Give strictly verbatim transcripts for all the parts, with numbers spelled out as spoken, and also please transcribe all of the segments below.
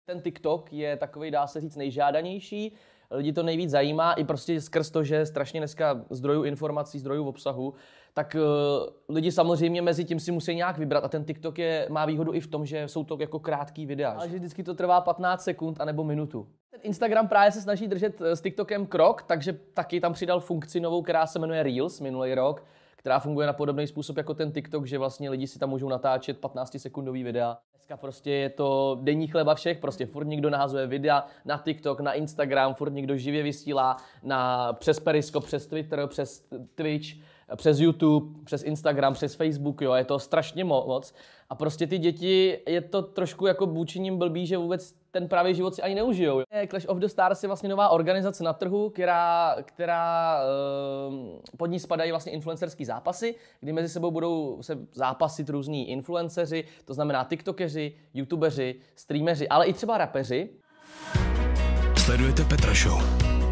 Ten TikTok je takový, dá se říct, nejžádanější. Lidi to nejvíc zajímá i prostě skrz to, že je strašně dneska zdrojů informací, zdrojů obsahu, tak uh, lidi samozřejmě mezi tím si musí nějak vybrat a ten TikTok je, má výhodu i v tom, že jsou to jako krátký videa. Ale že vždycky to trvá patnáct sekund anebo minutu. Ten Instagram právě se snaží držet s TikTokem krok, takže taky tam přidal funkci novou, která se jmenuje Reels minulý rok, která funguje na podobný způsob jako ten TikTok, že vlastně lidi si tam můžou natáčet patnáctisekundový videa. Dneska prostě je to denní chleba všech, prostě furt někdo nahazuje videa na TikTok, na Instagram, furt někdo živě vysílá na, přes Periscope, přes Twitter, přes Twitch, přes YouTube, přes Instagram, přes Facebook, jo, je to strašně moc. A prostě ty děti, je to trošku jako vůči nim blbý, že vůbec ten pravý život si ani neužijou. Clash of the Stars je vlastně nová organizace na trhu, která, která pod ní spadají vlastně influencerský zápasy, kdy mezi sebou budou se zápasit různí influenceři, to znamená tiktokeři, youtubeři, streameři, ale i třeba rapeři. Sledujete Petra Show.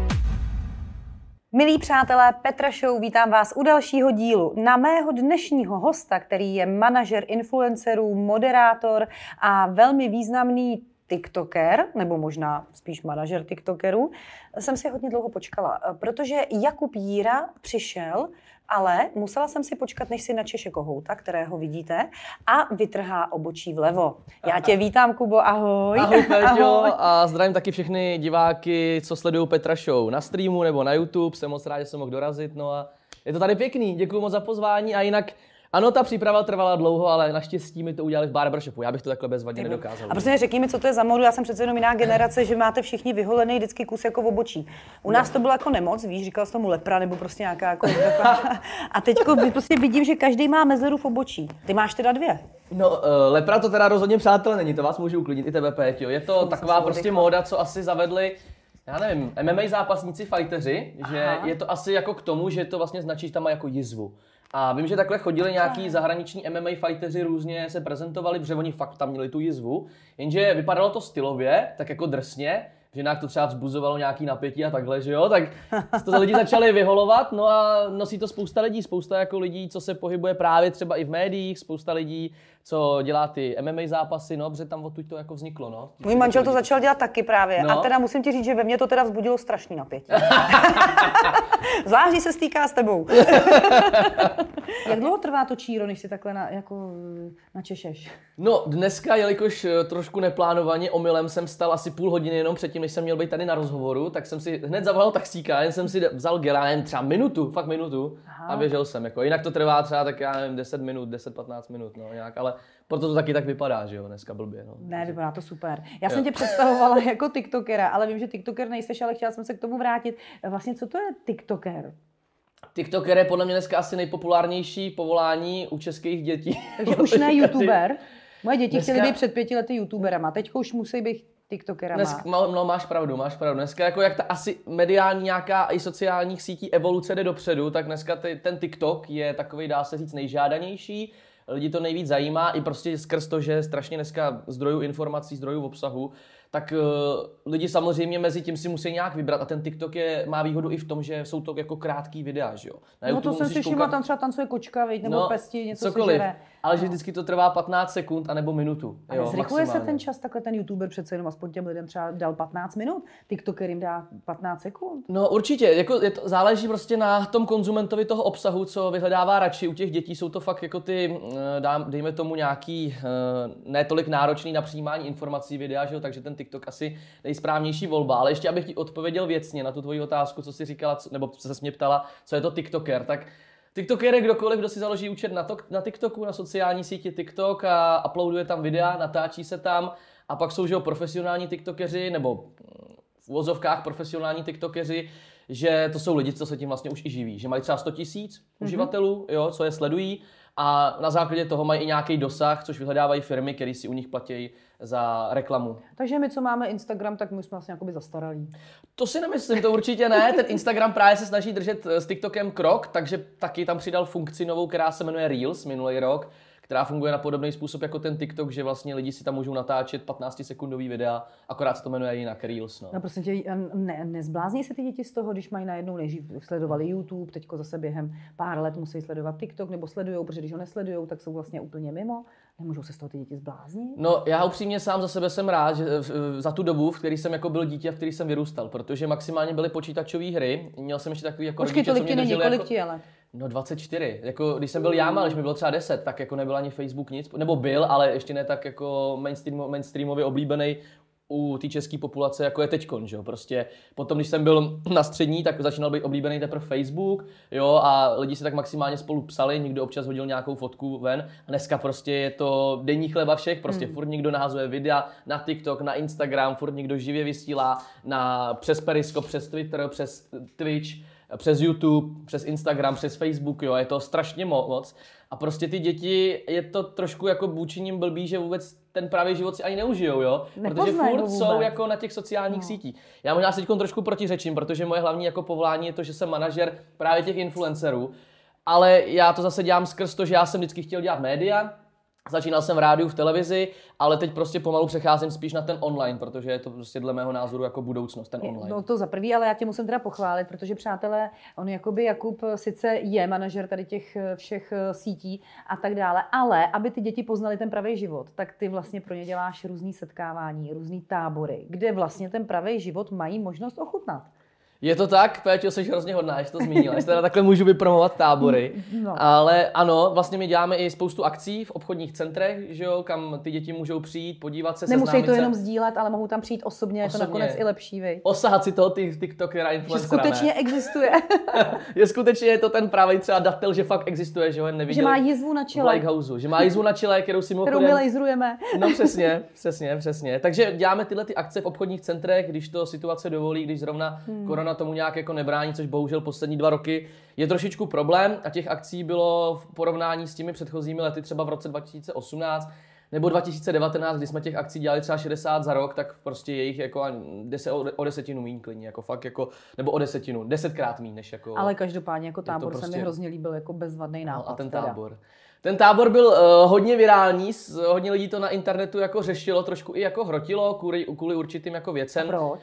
Milí přátelé, Petra Show, vítám vás u dalšího dílu. Na mého dnešního hosta, který je manažer influencerů, moderátor a velmi významný tiktoker, nebo možná spíš manažer tiktokerů, jsem si hodně dlouho počkala, protože Jakub Jíra přišel, ale musela jsem si počkat, než si načeše kohouta, kterého vidíte, a vytrhá obočí vlevo. Já tě vítám, Kubo, ahoj. Ahoj, Peťo, a zdravím taky všechny diváky, co sledují Petra Show na streamu nebo na YouTube. Jsem moc rád, že jsem mohl dorazit, no a je to tady pěkný, děkuji moc za pozvání a jinak ano, ta příprava trvala dlouho, ale naštěstí mi to udělali v barbershopu. Já bych to takhle bezvadně nedokázal. A prostě řekni mi, co to je za modu, já jsem přece jenom jiná generace, že máte všichni vyholený vždycky kus jako v obočí. U nás to bylo jako nemoc, víš, říkal jsi tomu lepra nebo prostě nějaká jako a teďko prostě vidím, že každý má mezeru v obočí. Ty máš teda dvě. No, uh, lepra to teda rozhodně, přátelé, není, to vás můžu uklidnit, i tebe, Péťo. Je to taková prostě móda, co asi zavedli, já nevím, M M A zápasníci, fighteři, že Aha. je to asi jako k tomu, že to vlastně značí, že tam má jako jizvu. A vím, že takhle chodili nějaký zahraniční M M A fighteři, různě se prezentovali, protože oni fakt tam měli tu jizvu, jenže vypadalo to stylově, tak jako drsně, že jinak to třeba vzbuzovalo nějaký napětí a takhle, že jo, tak to lidi začali vyholovat, no a nosí to spousta lidí, spousta jako lidí, co se pohybuje právě třeba i v médiích, spousta lidí, co dělá ty M M A zápasy, no, protože tam odtud to jako vzniklo, no. Můj manžel to začal dělat taky právě, no. A teda musím ti říct, že ve mně to teda vzbudilo strašný napětí. Zvlášť, když se stýká s tebou. Jak dlouho trvá to číro, než si takhle na, jako načešeš? No, dneska, jelikož trošku neplánovaně, omylem jsem stal asi půl hodiny jenom předtím, než jsem měl být tady na rozhovoru, tak jsem si hned zavolal taxíka, jen jsem si vzal gela, jen třeba minutu, fakt minutu. Aha. A běžel jsem, jako. Jinak to trvá třeba tak, já nevím, deset minut, deset patnáct minut, no, nějak, ale proto to taky tak vypadá, že jo, dneska blbě, no. Ne, vypadá to super. Já jsem jo. tě představovala jako tiktokera, ale vím, že tiktoker nejseš, ale chtěla jsem se k tomu vrátit. Vlastně, co to je tiktoker? TikToker je podle mě dneska asi nejpopulárnější povolání u českých dětí. Takže už ne youtuber. Moje děti dneska chtěly být před pěti lety youtuberama, teď už musí být tiktokerama. Dneska, no, máš pravdu, máš pravdu. Dneska jako jak ta asi mediální nějaká i sociálních sítí evoluce jde dopředu, tak dneska ty, ten TikTok je takový, dá se říct, nejžádanější. Lidi to nejvíc zajímá i prostě skrz to, že je strašně dneska zdrojů informací, zdrojů obsahu, tak uh, lidi samozřejmě mezi tím si musí nějak vybrat a ten TikTok je, má výhodu i v tom, že jsou to jako krátký videa, že jo. Na no to jsem si všimla, tam třeba tancuje kočka, veď, nebo no, pesti, něco cokoliv, se žere. Ale že vždycky to trvá patnáct sekund anebo minutu. Ale zrychluje se ten čas, takhle ten youtuber přece jenom aspoň těm lidem třeba dal patnáct minut, TikToker jim dá patnáct sekund. No určitě, jako je to, záleží prostě na tom konzumentovi toho obsahu, co vyhledává radši. U těch dětí jsou to fakt jako ty, dejme tomu nějaký, ne tolik náročný na přijímání informací videa, že jo, takže ten TikTok asi nejsprávnější volba. Ale ještě abych ti odpověděl věcně na tu tvoji otázku, co jsi říkala, nebo co se mě ptala, co je to TikToker, tak TikToker je kdokoliv, kdo si založí účet na, to, na TikToku, na sociální síti TikTok a uploaduje tam videa, natáčí se tam a pak jsou, že jo, profesionální TikTokeři, nebo v uvozovkách profesionální TikTokeři, že to jsou lidi, co se tím vlastně už i živí, že mají třeba sto tisíc mm-hmm. uživatelů, jo, co je sledují a na základě toho mají i nějaký dosah, což vyhledávají firmy, které si u nich platí za reklamu. Takže my, co máme Instagram, tak my jsme vlastně jakoby zastaralí. To si nemyslím, to určitě ne. Ten Instagram právě se snaží držet s TikTokem krok, takže taky tam přidal funkci novou, která se jmenuje Reels minulý rok, která funguje na podobný způsob jako ten TikTok, že vlastně lidi si tam můžou natáčet patnáctisekundový videa, akorát se to jmenuje jinak Reels. No, no prostě tě, ne, nezblázní se ty děti z toho, když mají najednou nejdřív sledovali YouTube, teďko zase během pár let musí sledovat TikTok, nebo sledujou, protože když ho nesledujou, tak jsou vlastně úplně mimo. Nemůžou se z toho ty děti zbláznit? No, já upřímně sám za sebe jsem rád, že za tu dobu, v které jsem jako byl dítě a v které jsem vyrůstal, protože maximálně byly počítačové hry. Měl jsem ještě takový jako Počkej, rodiče, tolik co ti mě není, drželi kolik jako... ti ale? No dvacet čtyři. Jako, když jsem byl já malý, když mi bylo třeba deset, tak jako nebyl ani Facebook nic, nebo byl, ale ještě ne tak jako mainstream, mainstreamově oblíbený u té české populace, jako je teďkon, že jo, prostě potom, když jsem byl na střední, tak začínal být oblíbený teprve Facebook, jo, a lidi se tak maximálně spolu psali, někdo občas hodil nějakou fotku ven, a dneska prostě je to denní chleba všech, prostě hmm. furt někdo nahazuje videa na TikTok, na Instagram, furt někdo živě vysílá na, přes Periscope, přes Twitter, přes Twitch, přes YouTube, přes Instagram, přes Facebook, jo, je to strašně moc. A prostě ty děti, je to trošku jako vůči nim blbý, že vůbec ten pravý život si ani neužijou, jo? Protože furt jsou jako na těch sociálních no. sítích. Já možná se teď trošku protiřečím, protože moje hlavní jako povolání je to, že jsem manažer právě těch influencerů, ale já to zase dělám skrz to, že já jsem vždycky chtěl dělat média. Začínal jsem v rádiu, v televizi, ale teď prostě pomalu přecházím spíš na ten online, protože je to prostě dle mého názoru jako budoucnost, ten online. No to za prvý, ale já tě musím teda pochválit, protože přátelé, on jakoby Jakub sice je manažer tady těch všech sítí a tak dále, ale aby ty děti poznaly ten pravý život, tak ty vlastně pro ně děláš různý setkávání, různý tábory, kde vlastně ten pravý život mají možnost ochutnat. Je to tak, Péťo, jsi hrozně hodná, že to zmínila, že teda takhle můžu vypromovat tábory, no. Ale ano, vlastně my děláme i spoustu akcí v obchodních centrech, že jo, kam ty děti můžou přijít, podívat se, seznámit se. Nemusí to jenom sdílet, ale mohou tam přijít osobně, je to nakonec i lepší, vej. Osahat si toho ty tiktokera, influencera, že skutečně ne? existuje. je skutečně je to ten pravý třeba datel, že fakt existuje, že ho jen neviděli. Že má jizvu na čele. V Lighthouse, že má jizvu na čele, kterou si kterou my laserujeme. No přesně, přesně, přesně. Takže děláme tyhle ty akce v obchodních centrech, když to situace dovolí, když zrovna hmm. korona tomu nějak jako nebrání, což bohužel poslední dva roky je trošičku problém a těch akcí bylo v porovnání s těmi předchozími lety třeba v roce dva tisíce osmnáct nebo dva tisíce devatenáct, kdy jsme těch akcí dělali třeba šedesát za rok, tak prostě jejich jako deset, o desetinu míň klidně, jako fakt jako, nebo o desetinu, desetkrát míň než jako. Ale každopádně jako tábor prostě... se mi hrozně líbil, jako bezvadný nápad. No, a ten teda. tábor. Ten tábor byl uh, hodně virální, hodně lidí to na internetu jako řešilo, trošku i jako hrotilo kvůli, kvůli určitým jako věcem. A proč?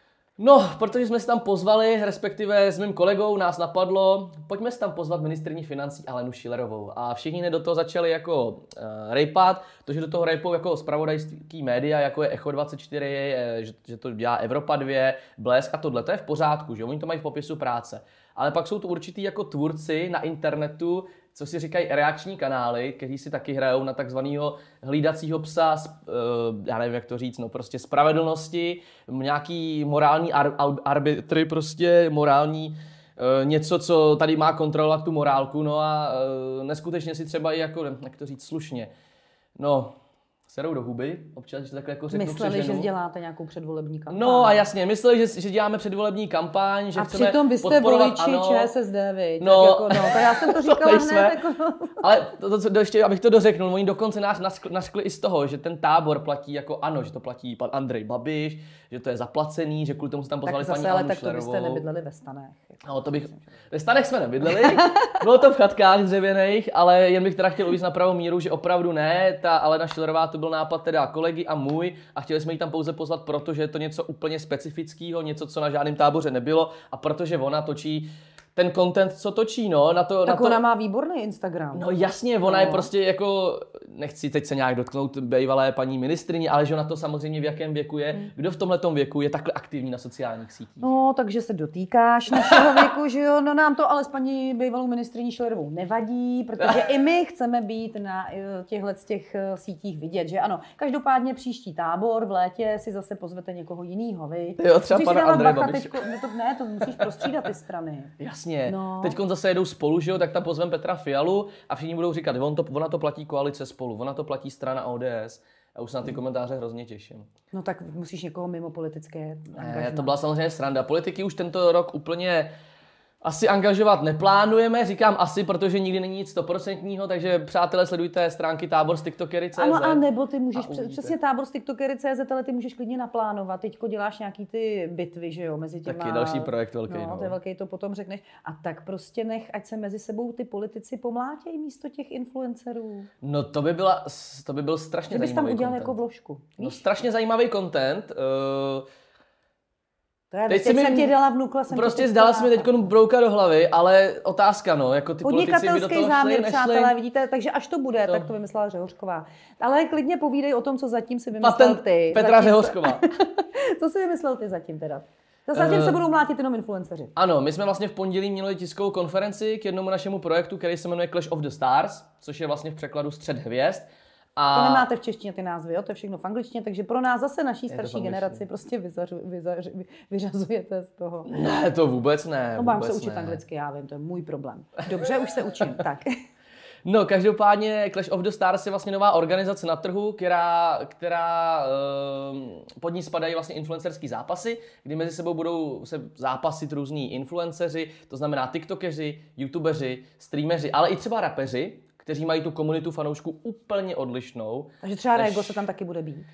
No, protože jsme se tam pozvali, respektive s mým kolegou nás napadlo, pojďme se tam pozvat ministryni financí Alenu Schillerovou. A všichni do toho začali jako uh, rejpat, protože do toho rejpou jako zpravodajský média, jako je Echo dvacet čtyři, je, že, že to dělá Evropa dva, Blesk a tohle, to je v pořádku, že oni to mají v popisu práce. Ale pak jsou tu určitý jako tvůrci na internetu, co si říkají reakční kanály, kteří si taky hrajou na takzvanýho hlídacího psa, já nevím, jak to říct, no prostě spravedlnosti, nějaký morální ar- arbitry, prostě morální něco, co tady má kontrolovat tu morálku, no a neskutečně si třeba i jako, jak to říct slušně, no, serou do huby, občas, že takhle jako řeknu Mysleli, přeženu. že děláte nějakou předvolební kampaň. No a jasně, mysleli, že, že děláme předvolební kampaň, že a chceme přitom vy jste voliči ano. ČSSD, vy. No, tak, jako, no, tak já jsem to říkala to hned. Jako... Ale to, to, to, ještě, abych to dořeknul, oni dokonce nás naskli i z toho, že ten tábor platí jako ano, že to platí pan Andrej Babiš, že to je zaplacený, že kvůli tomu se tam pozvali tak paní zase, ale Alenu tak Schillerovou. to byste nebydleli ve stanech. No, to bych... Ve stanech jsme nebydleli, bylo to v chatkách dřevěných, ale jen bych teda chtěl uvést na pravou míru, že opravdu ne, ta Alena Schillerová to byl nápad teda kolegy a můj a chtěli jsme ji tam pouze pozvat, protože je to něco úplně specifického, něco, co na žádném táboře nebylo a protože ona točí ten content, co točí, no, na to... Tak na to... ona má výborný Instagram. No jasně, ona no. je prostě jako, nechci teď se nějak dotknout bývalé paní ministryni, ale že ona to samozřejmě v jakém věku je, hmm. kdo v tomhletom věku je takhle aktivní na sociálních sítích. No, takže se dotýkáš našeho věku, že jo, no nám to ale s paní bývalou ministryní Schillerovou nevadí, protože i my chceme být na těchhle těch sítích vidět, že ano. Každopádně příští tábor v létě si zase pozvete někoho jinýho, vy. Jo, třeba pana Andreje Babiš. Teďko, no to, ne, to musíš prostřídat ty strany. Jasně. No. Teď zase jedou Spolu, že jo, tak tam pozvem Petra Fialu a všichni budou říkat, on to, ona to platí koalice Spolu, ona to platí strana O D S. Já už se na ty komentáře hrozně těším. No tak musíš někoho mimo politické angažovat. Ne, to byla samozřejmě sranda. Politiky už tento rok úplně asi angažovat neplánujeme, říkám asi, protože nikdy není nic stoprocentního, takže přátelé, sledujte stránky tábor z tiktokery tečka cé zet. Ano, a nebo ty můžeš, přesně tábor z tiktokery tečka cé zet, ale ty můžeš klidně naplánovat. Teďko děláš nějaký ty bitvy, že jo, mezi těma... Taky další projekt velký. No, no. to je velký, to potom řekneš. A tak prostě nech, ať se mezi sebou ty politici pomlátějí místo těch influencerů. No to by, byla, to by byl strašně že bys zajímavý tam udělal content. jako vložku. No strašně zajímavý content. Uh, To je, Teď teď mi jsem ti dala vnukla, jsem prostě zdala se mi teď brouka do hlavy, ale otázka, no, jako ty politici by do toho záměr, šli, přátelé, nešli. vidíte, takže až to bude, To. tak to vymyslela Řehořková. Ale klidně povídej o tom, co zatím si vymyslel Patent ty. Petra Zatím Řehořková. Co jsi vymyslel ty zatím teda? To zatím uh, se budou mlátit jenom influenceři. Ano, my jsme vlastně v pondělí měli tiskovou konferenci k jednomu našemu projektu, který se jmenuje Clash of the Stars, což je vlastně v překladu Střet hvězd. A... To nemáte v češtině ty názvy, jo? To je všechno v angličtině, takže pro nás zase naší starší v generaci prostě vyzařu, vyzařu, vyřazujete z toho. Ne, to vůbec ne. No mám se vůbec učit ne. anglicky, já vím, to je můj problém. Dobře, už se učím, tak. No, každopádně Clash of the Stars je vlastně nová organizace na trhu, která, která uh, pod ní spadají vlastně influencerský zápasy, kdy mezi sebou budou se zápasit různí influenceři, to znamená tiktokeři, youtubeři, streameři, ale i třeba rapeři, kteří mají tu komunitu fanoušků úplně odlišnou. Takže třeba než... Rego se tam taky bude být.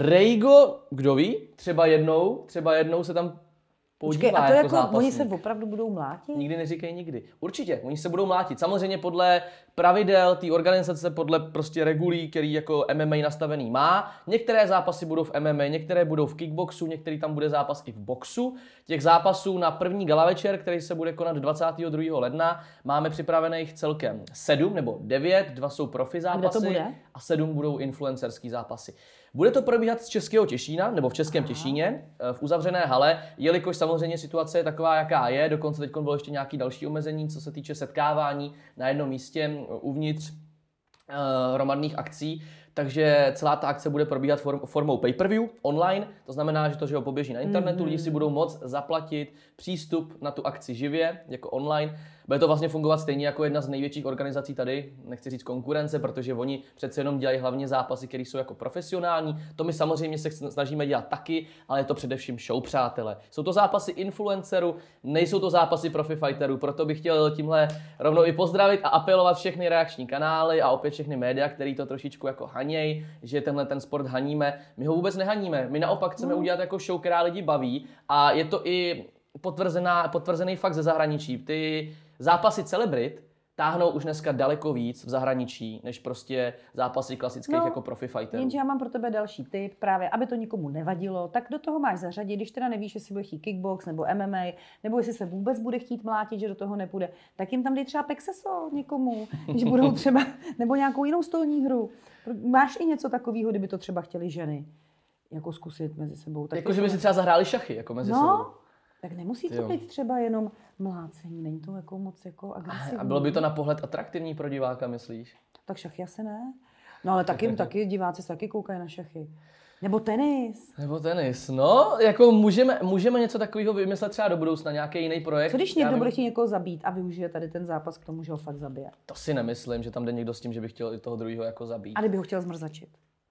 Rego, kdo ví, třeba jednou, třeba jednou se tam podívá. Počkej, a to jako, jako, jako oni se opravdu budou mlátit? Nikdy neříkej nikdy. Určitě, oni se budou mlátit. Samozřejmě podle pravidel té organizace, podle prostě regulí, který jako M M A nastavený má. Některé zápasy budou v M M A, některé budou v kickboxu, některý tam bude zápas i v boxu. Těch zápasů na první gala večer, který se bude konat dvacátého druhého ledna, máme připravených celkem sedm nebo devět, dva jsou profi zápasy. Kde to bude? A sedm budou influencerský zápasy. Bude to probíhat z Českého Těšína, nebo v Českém Aha. Těšíně, v uzavřené hale, jelikož samozřejmě situace je taková, jaká je, dokonce teď bylo ještě nějaké další omezení, co se týče setkávání na jednom místě uvnitř uh, hromadných akcí, takže celá ta akce bude probíhat form, formou pay-per-view online, to znamená, že to, že ho poběží na internetu, mm-hmm. lidi si budou moct zaplatit přístup na tu akci živě, jako online. Bude to vlastně fungovat stejně jako jedna z největších organizací tady, nechci říct konkurence, protože oni přece jenom dělají hlavně zápasy, které jsou jako profesionální. To my samozřejmě se snažíme dělat taky, ale je to především show, přátelé. Jsou to zápasy influencerů, nejsou to zápasy profi fighterů, proto bych chtěl tímhle rovnou i pozdravit a apelovat všechny reakční kanály a opět všechny média, který to trošičku jako haněj, že tenhle ten sport haníme. My ho vůbec nehaníme, my naopak chceme no. udělat jako show, která lidi baví a je to i potvrzená, potvrzený fakt ze zahraničí. Ty zápasy celebrit táhnou už dneska daleko víc v zahraničí, než prostě zápasy klasických no, jako profi fighterů. Jenže já mám pro tebe další tip, právě aby to nikomu nevadilo, tak do toho máš zařadit, když teda nevíš, jestli bude chtít kickbox nebo M M A, nebo jestli se vůbec bude chtít mlátit, že do toho nepůjde, tak jim tam dej třeba Pexeso někomu, když budou třeba, nebo nějakou jinou stolní hru. Máš i něco takového, kdyby to třeba chtěli ženy jako zkusit mezi sebou. Jako, že by si třeba zahráli šachy jako mezi no, sebou. Tak nemusí to být třeba jenom mlácení, není to jako moc jako agresivní. A bylo by to na pohled atraktivní pro diváka, myslíš? Tak šachy asi ne. No ale taky, taky diváci se taky koukají na šachy. Nebo tenis. Nebo tenis, no, jako můžeme, můžeme něco takového vymyslet třeba do budoucna, nějaký jiný projekt. Co když někdo bude chtít někoho zabít a využije tady ten zápas k tomu, že ho fakt zabije? To si nemyslím, že tam jde někdo s tím, že by chtěl i toho druhého jako zabít. A kdyby ho chtěl zmrzačit?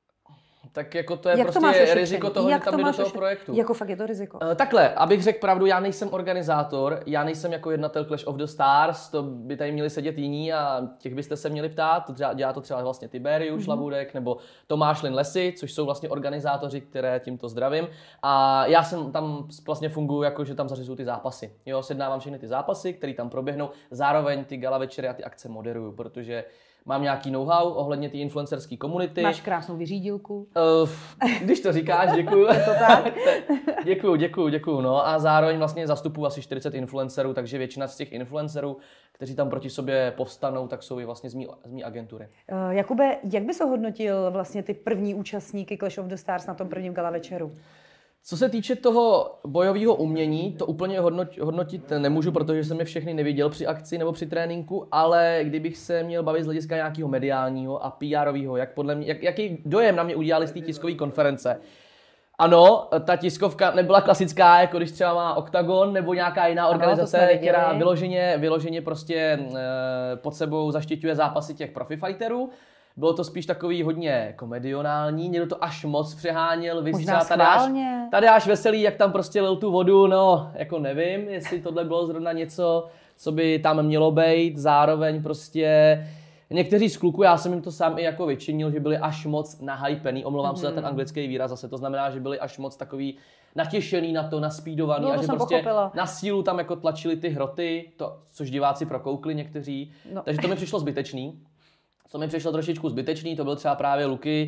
Tak jako to je Jak prostě to riziko toho, Jak že tam jde do toho ošetřený? projektu. Jako fakt je to riziko. Uh, takhle, abych řekl pravdu, já nejsem organizátor, já nejsem jako jednatel Clash of the Stars, to by tady měli sedět jiní a těch byste se měli ptát, to třeba, dělá to třeba vlastně Tiberius mm-hmm. Šlabůdek nebo Tomáš Lin Lesy, což jsou vlastně organizátoři, které tímto zdravím. A já jsem tam vlastně funguji jako, že tam zařizuju ty zápasy. Jo, sjednávám všechny ty zápasy, které tam proběhnou, zároveň ty gala večery a ty akce moderuju, protože mám nějaký know-how ohledně té influencerské komunity. Máš krásnou vyřídilku. Uh, když to říkáš, děkuju. Je to tak? děkuju, děkuju, děkuju. No a zároveň vlastně zastupuji asi čtyřicet influencerů, takže většina z těch influencerů, kteří tam proti sobě povstanou, tak jsou i vlastně z mý, z mý agentury. Uh, Jakube, jak bys ohodnotil vlastně ty první účastníky Clash of the Stars na tom prvním gala večeru? Co se týče toho bojového umění, to úplně hodnotit nemůžu, protože jsem je všechny neviděl při akci nebo při tréninku, ale kdybych se měl bavit z hlediska nějakého mediálního a P R ového, jak podle mě, jak, jaký dojem na mě udělali z té tiskové konference. Ano, ta tiskovka nebyla klasická, jako když třeba má Octagon nebo nějaká jiná organizace, ano, která vyloženě, vyloženě prostě e, pod sebou zaštiťuje zápasy těch profi fighterů. Bylo to spíš takový hodně komedionální, někdo to až moc přeháněl, víš, třeba Tadeáš, Tadeáš Veselý, jak tam prostě lil tu vodu, no, jako nevím, jestli tohle bylo zrovna něco, co by tam mělo být, zároveň prostě někteří z kluků, já jsem jim to sám i jako vyčinil, že byli až moc nahypený, omlouvám mm. se za ten anglický výraz zase, to znamená, že byli až moc takový natěšený na to, naspídovaný no, a to že prostě pochopila. Na sílu tam jako tlačili ty hroty, to, což diváci prokoukli někteří, no. Takže to mi přišlo zbytečný. Co mi přišlo trošičku zbytečný, to byl třeba právě Luky,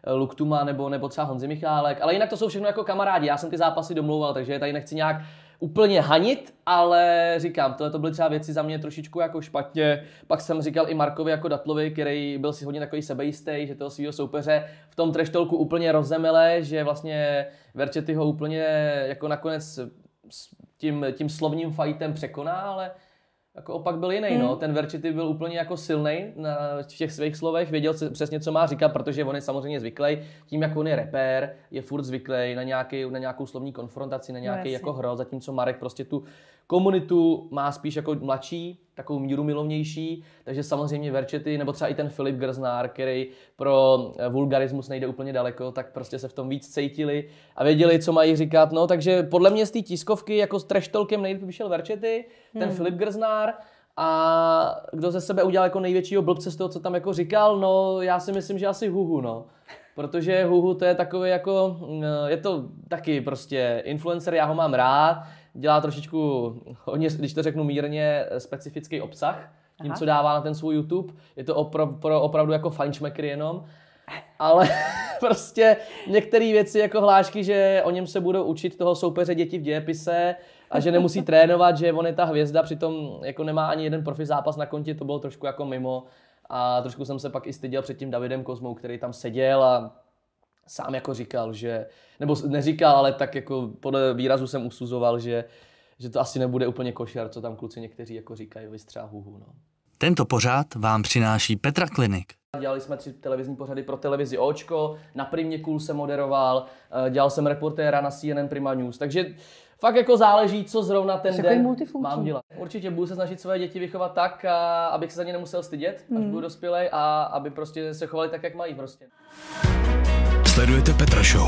Luke Tuma nebo, nebo třeba Honzi Michálek, ale jinak to jsou všechno jako kamarádi, já jsem ty zápasy domlouval, takže je tady nechci nějak úplně hanit, ale říkám, tohle to byly třeba věci za mě trošičku jako špatně. Pak jsem říkal i Markovi jako Datlovi, který byl si hodně takový sebejistý, že toho svého soupeře v tom trash talku úplně rozemele, že vlastně Verchetti ho úplně jako nakonec s tím, tím slovním fightem překoná, ale jako opak byl jiný, hmm. no. Ten Verchetti byl úplně jako silnej na těch svých slovech, věděl přesně, co má říkat, protože on je samozřejmě zvyklý, tím, jak on je rapper, je furt zvyklý na, nějaký, na nějakou slovní konfrontaci, na nějaký no, jako hro, zatímco Marek prostě tu komunitu má spíš jako mladší, takovou míru milovnější, takže samozřejmě Verchetti, nebo třeba i ten Filip Grznár, který pro vulgarismus nejde úplně daleko, tak prostě se v tom víc cítili a věděli, co mají říkat, no, takže podle mě z té tiskovky jako s trash talkem nejlíp vyšel Verchetti, ten hmm. Filip Grznár, a kdo ze sebe udělal jako největšího blbce z toho, co tam jako říkal, no, já si myslím, že asi Huhu, no. Protože Huhu to je takový jako, je to taky prostě influencer, já ho mám rád, dělá trošičku, hodně, když to řeknu mírně, specifický obsah, tím, Aha. co dává na ten svůj YouTube. Je to opra- pro opravdu jako fajnšmekry jenom. Ale prostě některé věci jako hlášky, že o něm se budou učit toho soupeře děti v dějepise a že nemusí trénovat, že on je ta hvězda, přitom jako nemá ani jeden profi zápas na kontě, to bylo trošku jako mimo. A trošku jsem se pak i styděl před tím Davidem Kozmou, který tam seděl a sám jako říkal, že, nebo neříkal, ale tak jako podle výrazu jsem usuzoval, že, že to asi nebude úplně košer, co tam kluci někteří jako říkají, vystřá Huhu, no. Tento pořad vám přináší Petra Klinik. Dělali jsme tři televizní pořady pro televizi Očko, na Primě Cool jsem moderoval, dělal jsem reportéra na C N N Prima News, takže fakt jako záleží, co zrovna ten den mám dělat. Určitě budu se snažit své děti vychovat tak, a, abych se za ně nemusel stydět, až hmm. budu dospělej, a aby prostě se chovali tak, jak mají prostě. Sledujete Petra Show.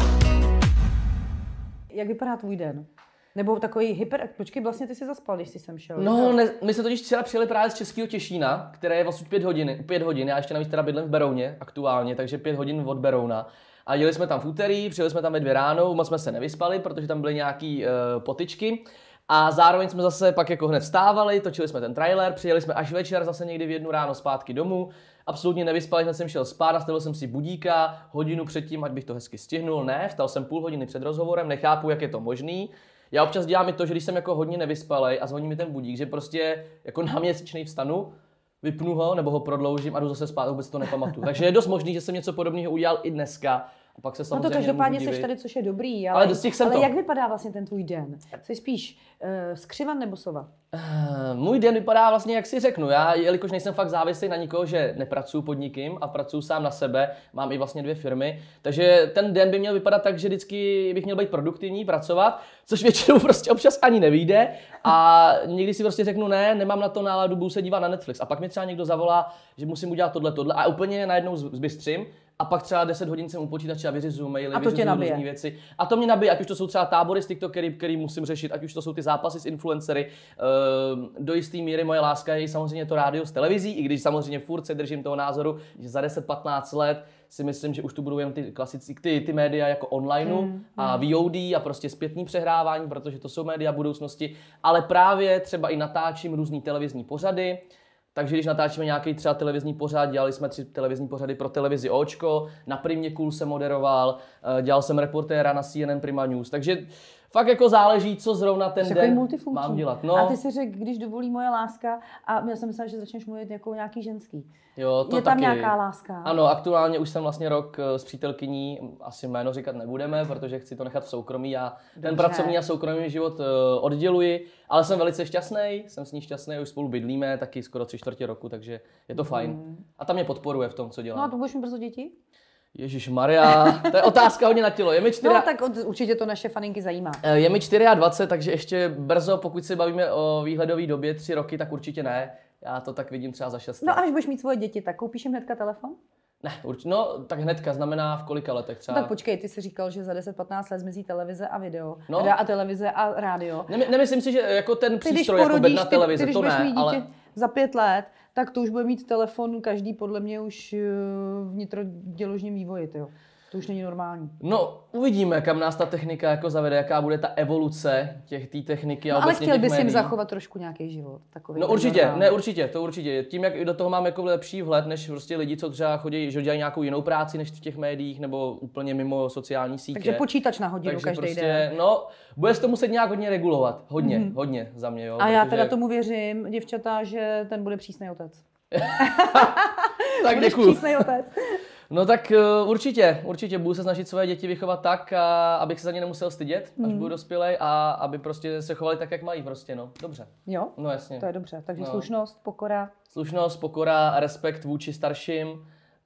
Jak vypadá tvůj den? Nebo takový hyper... Počkej, vlastně ty jsi zaspal, když jsi sem šel. No, ne, my jsme totiž včera přijeli právě z Českého Těšína, které je vlastně pět hodin, pět hodin, já ještě navíc teda bydlím v Berouně aktuálně, takže pět hodin od Berouna. A jeli jsme tam v úterý, přijeli jsme tam ve dvě ráno, moc jsme se nevyspali, protože tam byly nějaký uh, potyčky. A zároveň jsme zase pak jako hned vstávali, točili jsme ten trailer, přijeli jsme až večer, zase někdy v jednu ráno zpátky domů. Absolutně nevyspali, hned jsem šel spát, nastavil jsem si budíka hodinu předtím, ať bych to hezky stihnul. Ne, vstal jsem půl hodiny před rozhovorem, nechápu, jak je to možný. Já občas dělám i to, že když jsem jako hodně nevyspalej a zvoní mi ten budík, že prostě jako na měsíčnej vstanu, vypnu ho nebo ho prodloužím a jdu zase spát, vůbec to nepamatuju. Takže je dost možný, že jsem něco podobného udělal i dneska. A pak se samozřejmě no to každopádně seš tady, což je dobrý, ale, ale, jsem ale to. Jak vypadá vlastně ten tvůj den? Jsi spíš uh, skřivan nebo sova? Uh, můj den vypadá vlastně, jak si řeknu, já, jelikož nejsem fakt závislý na nikoho, že nepracuju pod nikým a pracuju sám na sebe, mám i vlastně dvě firmy, takže ten den by měl vypadat tak, že vždycky bych měl být produktivní, pracovat, což většinou prostě občas ani nevyjde a někdy si prostě řeknu ne, nemám na to náladu, budu se dívat na Netflix a pak mi třeba někdo zavolá, že musím udělat tohle, tohle a úplně najednou zbystřím. A pak třeba deset hodin jsem u počítače a vyřizuju maily, vyřizuju různé věci. A to mě nabije, ať už to jsou třeba tábory z TikTok, který, který musím řešit, ať už to jsou ty zápasy s influencery. Uh, do jisté míry moje láska je samozřejmě to rádio s televizí, i když samozřejmě furt se držím toho názoru, že za deset patnáct let si myslím, že už tu budou jen ty klasické, ty, ty média jako online hmm, a V O D a prostě zpětný přehrávání, protože to jsou média budoucnosti. Ale právě třeba i natáčím různý televizní pořady. Takže když natáčíme nějaký třeba televizní pořad, dělali jsme tři televizní pořady pro televizi Očko, na Primě Cool jsem moderoval, dělal jsem reportéra na C N N Prima News, takže fakt jako záleží, co zrovna ten den mám dělat. No. A ty si řekl, když dovolí moje láska, a já jsem myslela, že začneš mluvit jako nějaký ženský. Jo, to je tam taky. Nějaká láska? Ano, aktuálně už jsem vlastně rok s přítelkyní, asi jméno říkat nebudeme, protože chci to nechat v soukromí. Já ten Dobře. pracovní a soukromý život odděluji, ale jsem velice šťastný, jsem s ní šťastný, už spolu bydlíme taky skoro tři čtvrtě roku, takže je to fajn. Hmm. A tam mě podporuje v tom, co dělám. No a to budeš mít brzo děti? Ježišmarja, to je otázka hodně na tělo. Je mi čtyři... No tak určitě to naše faninky zajímá. Je mi dvacet čtyři, takže ještě brzo, pokud se bavíme o výhledové době tři roky, tak určitě ne. Já to tak vidím třeba za šest let. No a až budeš mít svoje děti, tak koupíš jim hnedka telefon? Ne, určitě. No, tak hnedka znamená v kolika letech třeba. No, tak počkej, ty jsi říkal, že za deset patnáct let zmizí televize a video. No. A televize a rádio. Ne, nemyslím si, že jako ten přístroj jako bed na televize, ty, ty, to ne, ale... za pět let, tak to už bude mít telefon každý podle mě už v vnitroděložním vývoji, tyjo. To už není normální. No, uvidíme, kam nás ta technika jako zavede, jaká bude ta evoluce těch té techniky a No, ale obecně chtěl těch bys jim médií. zachovat trošku nějaký život. Takový No určitě, normální. ne určitě, to určitě. Tím, jak do toho mám jako lepší vhled, než prostě lidi, co třeba chodí, že dělají nějakou jinou práci než v těch médiích, nebo úplně mimo sociální sítě. Takže počítač na hodinu Takže každý prostě, den. No, bude se to muset nějak hodně regulovat. Hodně, mm-hmm. hodně za mě, jo. A já protože... teda tomu věřím, děvčata, že ten bude přísnej otec. Tak Budeš děkuju. přísnej otec. No tak uh, určitě, určitě budu se snažit své děti vychovat tak, a, abych se za ně nemusel stydět, až Mm. budu dospělej a aby prostě se chovali tak, jak mají prostě, no. Dobře. Jo, No jasně. to je dobře. Takže No. slušnost, pokora. Slušnost, pokora, respekt vůči starším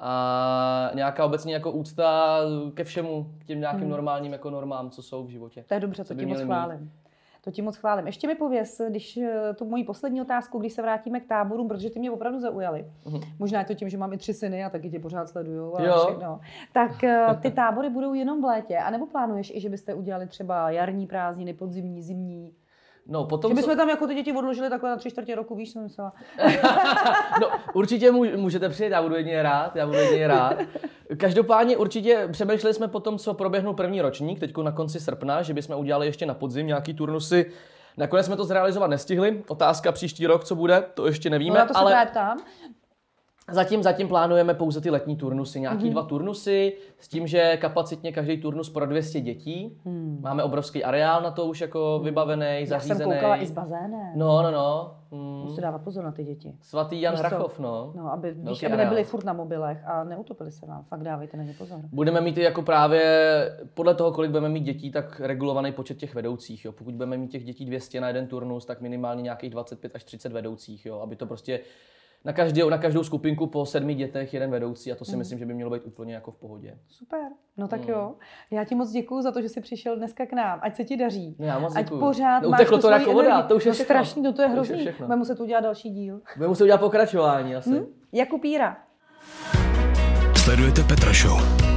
a nějaká obecně jako úcta ke všemu, k těm nějakým Hmm. normálním jako normám, co jsou v životě. To je dobře, Co to by ti moc měli chválím. To ti moc chválím. Ještě mi pověz, když eh, tu moji poslední otázku, když se vrátíme k táborům, protože ty mě opravdu zaujaly. Mhm. Možná je to tím, že mám i tři syny a taky tě pořád sledujou a Jo. všechno. Tak eh, ty tábory budou jenom v létě, anebo plánuješ i, že byste udělali třeba jarní prázdniny, podzimní, zimní? No, potom Že co- bychom tam jako ty děti odložili takhle na tři čtvrtě roku, víš, jsem myslela. No, určitě můž, můžete přijet, já budu jedině rád, já budu jedině rád. Každopádně určitě přemýšleli jsme po tom, co proběhnul první ročník, teďko na konci srpna, že bychom udělali ještě na podzim nějaký turnusy. Nakonec jsme to zrealizovat nestihli. Otázka příští rok, co bude, to ještě nevíme, No, na to se ale právě ptám. zatím, zatím plánujeme pouze ty letní turnusy, nějaký Mhm. dva turnusy, s tím, že kapacitně každý turnus pro dvě stě dětí. Hmm. Máme obrovský areál na to už jako vybavený, Já jsem zařízený. koukala i s bazénem. No, no, no. Hmm. Musíte dávat pozor na ty děti. Svatý Jan Víš co? Hrachov, no. No, aby, víš, Velký aby areál. nebyli furt na mobilech a neutopili se vám. Fakt dávejte na ně pozor. Budeme mít i jako právě, podle toho, kolik budeme mít dětí, tak regulovaný počet těch vedoucích. Jo. Pokud budeme mít těch dětí dvě stě na jeden turnus, tak minimálně nějakých dvacet pět až třicet vedoucích, jo. Aby to prostě na, každý, na každou skupinku po sedmi dětech jeden vedoucí a to si Mhm. myslím, že by mělo být úplně jako v pohodě. Super. No tak Hmm. jo. Já ti moc děkuju za to, že jsi přišel dneska k nám. Ať se ti daří. No já moc Ať děkuju. pořád No, máš uteklo tu to svoji jako voda, energii. to už je no, všechno. strašný, no to je To už je hrozný. všechno. Budeme muset udělat další díl. Budeme muset udělat pokračování asi. Hm? Jakub Jíra. Sledujete Petra Show.